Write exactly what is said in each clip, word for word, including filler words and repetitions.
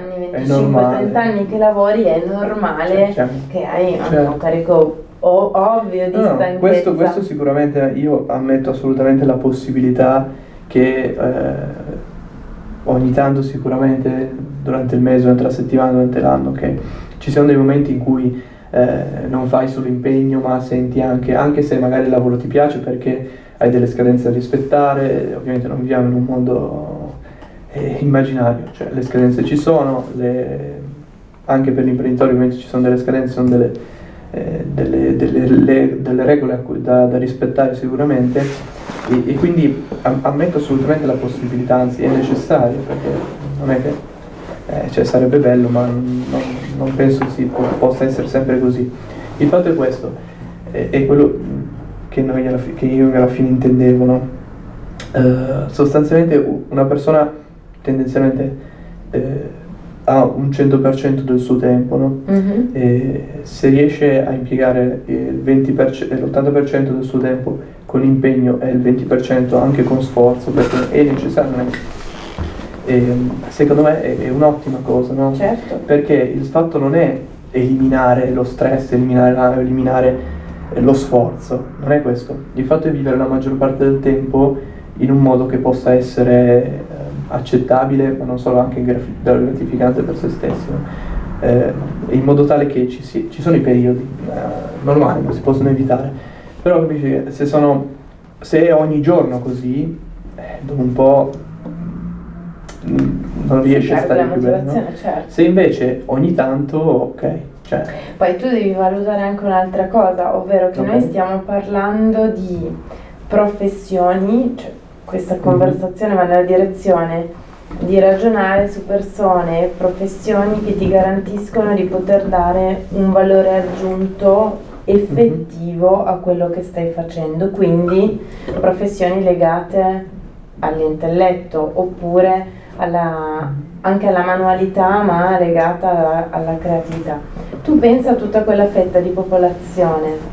anni, è venticinque normale. trenta anni che lavori, è normale Cioè, certo. che hai anche Certo. un carico o- ovvio di No, no, stanchezza. questo, questo sicuramente io ammetto assolutamente la possibilità che eh, ogni tanto sicuramente durante il mese, durante la settimana, durante l'anno, che ci siano dei momenti in cui eh, non fai solo impegno, ma senti anche, anche se magari il lavoro ti piace perché hai delle scadenze da rispettare, ovviamente non viviamo in un mondo eh, immaginario, cioè le scadenze ci sono, le, anche per l'imprenditore ovviamente ci sono delle scadenze, sono delle, eh, delle, delle, le, delle regole a cui, da, da rispettare sicuramente, e, e quindi am- ammetto assolutamente la possibilità, anzi è necessario, perché non è che eh, cioè sarebbe bello, ma non, non penso si po- possa essere sempre così. Il fatto è questo, è, è quello che, noi alla fi- che io alla fine intendevo, no? Eh, sostanzialmente u- una persona tendenzialmente eh, ha un cento per cento del suo tempo, no? Mhm. E se riesce a impiegare il venti per cento, l'ottanta per cento del suo tempo con impegno e il venti per cento anche con sforzo, perché è necessario, non è- e, secondo me è, è un'ottima cosa, no? Certo. Perché il fatto non è eliminare lo stress, eliminare, eliminare lo sforzo, non è questo. Il fatto è vivere la maggior parte del tempo in un modo che possa essere eh, accettabile, ma non solo, anche graf- gratificante per se stessi, no? Eh, in modo tale che ci, si- ci sono i periodi eh, normali, non si possono evitare, però capisci, se sono se è ogni giorno così, eh, dopo un po' mm, non Si riesce a perde stare la più bene, no? motivazione, certo. Se invece ogni tanto, ok, cioè, Poi tu devi valutare anche un'altra cosa, ovvero che Ok. noi stiamo parlando di professioni, cioè questa conversazione va nella direzione di ragionare su persone, professioni che ti garantiscono di poter dare un valore aggiunto effettivo a quello che stai facendo, quindi professioni legate all'intelletto oppure alla, anche alla manualità, ma legata alla, alla creatività. Tu pensa a tutta quella fetta di popolazione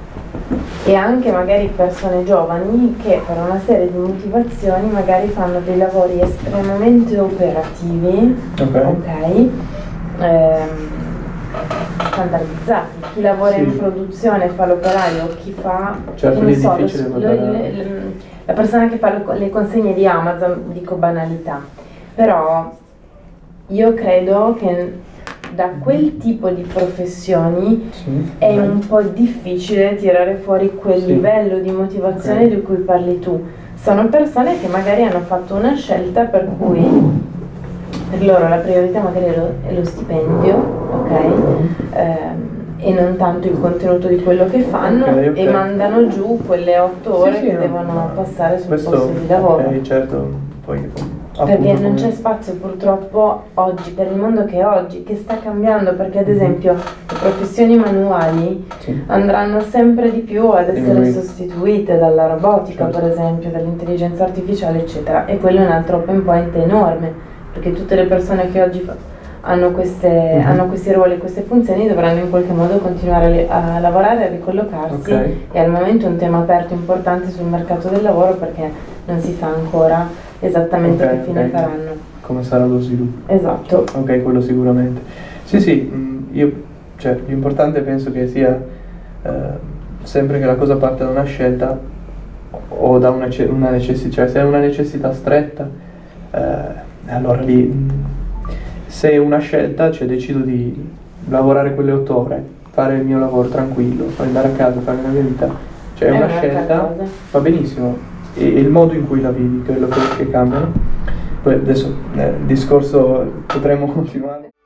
e anche magari persone giovani che per una serie di motivazioni magari fanno dei lavori estremamente operativi, ok, ok, ehm, standardizzati. Chi lavora Sì. in produzione fa l'operaio, chi fa Certo, che lì ne è so, lo- difficile lo- valutare. le- le- la persona che fa lo- le consegne di Amazon, dico banalità, però io credo che da quel tipo di professioni sì, è ok. un po' difficile tirare fuori quel Sì. livello di motivazione Ok. di cui parli tu. Sono persone che magari hanno fatto una scelta per cui per loro la priorità magari è lo, è lo stipendio, ok? Ehm, e non tanto il contenuto di quello che fanno, Ok, ok. e mandano giù quelle otto ore Sì, sì, che no, devono no. passare sul Questo, posto di lavoro. ok, certo, poi Perché appunto non come- c'è spazio purtroppo oggi, per il mondo che è oggi, che sta cambiando, perché ad Mhm. esempio le professioni manuali Sì. andranno sempre di più ad essere Diminuite. sostituite dalla robotica, Certo. per esempio, dall'intelligenza artificiale, eccetera. E quello è un altro open point enorme, perché tutte le persone che oggi fa- hanno, queste, Mhm. hanno questi ruoli, queste funzioni, dovranno in qualche modo continuare a, li- a lavorare, a ricollocarsi. Ok. E al momento è un tema aperto importante sul mercato del lavoro, perché non si sa ancora esattamente Ok, che fine ok. faranno. Come sarà lo sviluppo. Esatto. Ok, quello sicuramente. Sì, sì, mh, io, cioè, l'importante penso che sia eh, sempre che la cosa parte da una scelta o da una, ce- una necessità, cioè se è una necessità stretta, eh, allora lì, mh, se è una scelta, cioè decido di lavorare quelle otto ore, fare il mio lavoro tranquillo, poi andare a casa, fare la mia vita, cioè è È una un'altra scelta, cosa. va benissimo, e e il modo in cui la vivi, quello che, che cambia, no? Poi adesso eh, il discorso potremmo continuare.